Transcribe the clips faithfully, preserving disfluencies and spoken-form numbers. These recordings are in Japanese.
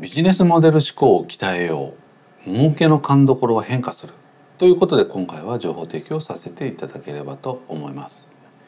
ビジネスモデル思考を鍛えよう、儲けの勘どころは変化するということで、今回は情報提供させていただければと思います。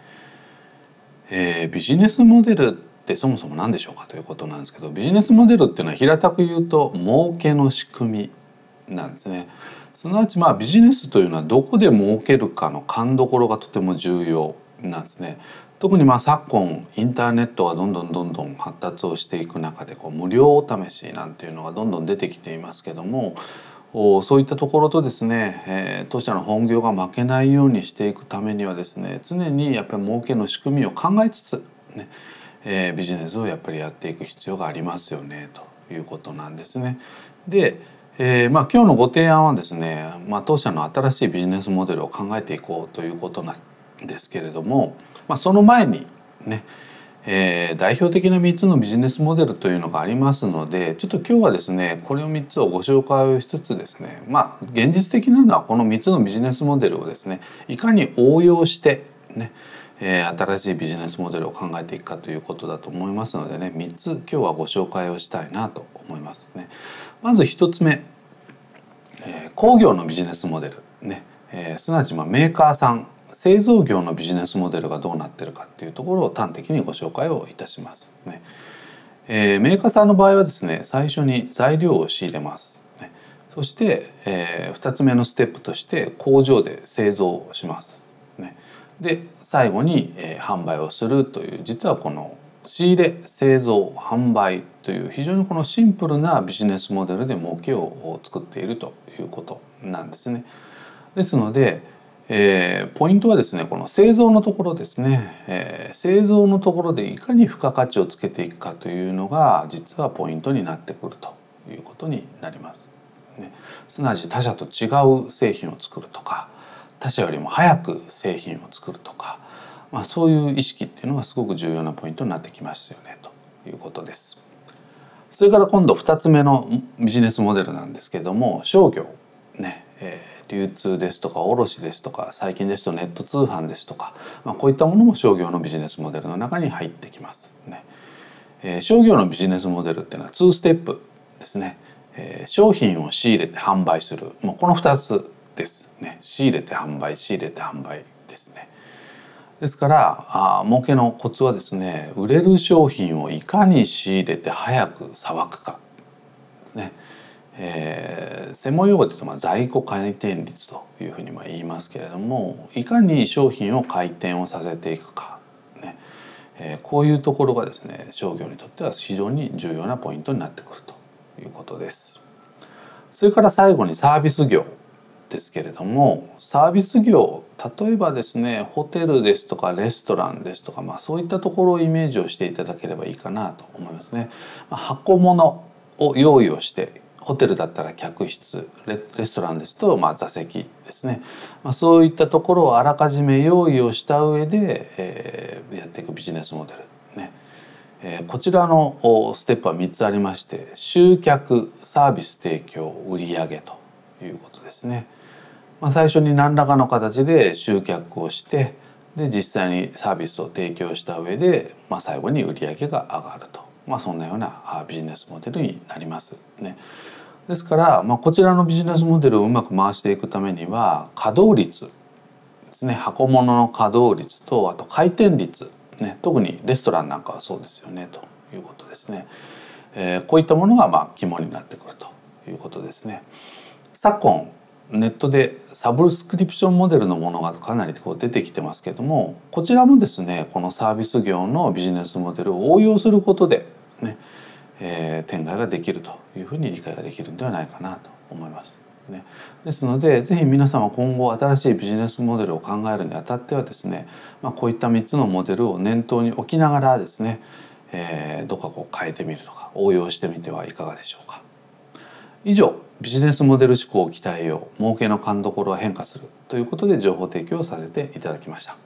えー、ビジネスモデルってそもそも何でしょうかということなんですけど、ビジネスモデルっていうのは平たく言うと儲けの仕組みなんですね。すなわちまあビジネスというのはどこで儲けるかの勘どころがとても重要なんですね。特にまあ昨今インターネットがどんどんどんどん発達をしていく中で、こう無料お試しなんていうのがどんどん出てきていますけども、そういったところとですね、えー、当社の本業が負けないようにしていくためにはですね、常にやっぱり儲けの仕組みを考えつつね、えー、ビジネスをやっぱりやっていく必要がありますよねということなんですね。で、えー、まあ今日のご提案はですね、まあ、当社の新しいビジネスモデルを考えていこうということなんですけれども、まあ、その前にね、えー、代表的なみっつのビジネスモデルというのがありますので、ちょっと今日はですねこれをみっつをご紹介をしつつですね、まあ現実的なのはこのみっつのビジネスモデルをですねいかに応用してね、えー、新しいビジネスモデルを考えていくかということだと思いますのでね、みっつ今日はご紹介をしたいなと思いますね。まずひとつめ、えー、工業のビジネスモデルね、えー、すなわちまあメーカーさん、製造業のビジネスモデルがどうなっているかっていうところを端的にご紹介をいたしますね。えー、メーカーさんの場合はですね、最初に材料を仕入れます、ね、そして、えー、ふたつめのステップとして工場で製造します、ね、で最後に、えー、販売をするという、実はこの仕入れ製造販売という非常にこのシンプルなビジネスモデルで儲けを作っているということなんですね。ですのでえー、ポイントはですね、この製造のところですね、えー、製造のところでいかに付加価値をつけていくかというのが実はポイントになってくるということになります、ね、すなわち他社と違う製品を作るとか、他社よりも早く製品を作るとか、まあ、そういう意識っていうのがすごく重要なポイントになってきますよねということです。それから今度ふたつめのビジネスモデルなんですけども、商業ね、えー流通ですとか卸ですとか、最近ですとネット通販ですとか、まあ、こういったものも商業のビジネスモデルの中に入ってきますね。えー、商業のビジネスモデルっていうのはにステップですね。えー、商品を仕入れて販売する、もうこのふたつですね。仕入れて販売、仕入れて販売ですね。ですからあ儲けのコツはですね、売れる商品をいかに仕入れて早くさばくかね。えー、専門用語で言うとまあ在庫回転率というふうにまあ言いますけれども、いかに商品を回転をさせていくか、ねえー、こういうところがですね商業にとっては非常に重要なポイントになってくるということです。それから最後にサービス業ですけれども、サービス業、例えばですねホテルですとかレストランですとか、まあ、そういったところをイメージをしていただければいいかなと思いますね。まあ、箱物を用意をして、ホテルだったら客室、 レ, レストランですとまあ座席ですね、まあ、そういったところをあらかじめ用意をした上で、えー、やっていくビジネスモデルね、えー、こちらのステップはみっつありまして、集客、サービス提供、売上ということですね。まあ、最初に何らかの形で集客をして、で実際にサービスを提供した上で、まあ、最後に売上が上がると、まあ、そんなようなビジネスモデルになりますね。ですから、まあ、こちらのビジネスモデルをうまく回していくためには稼働率ですね、箱物の稼働率と、あと回転率、ね、特にレストランなんかはそうですよねということですね。えー、こういったものがまあ肝になってくるということですね。昨今ネットでサブスクリプションモデルのものがかなりこう出てきてますけども、こちらもですねこのサービス業のビジネスモデルを応用することでね、えー、展開ができるというふうに理解ができるんではないかなと思います、ね。ですのでぜひ皆様今後新しいビジネスモデルを考えるにあたってはですね、まあ、こういったみっつのモデルを念頭に置きながらですね、えー、どっかこう変えてみるとか応用してみてはいかがでしょうか。以上、ビジネスモデル思考を鍛えよう、儲けの勘どころは変化するということで情報提供をさせていただきました。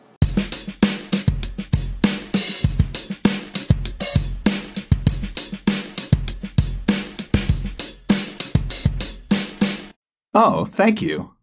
Oh, thank you.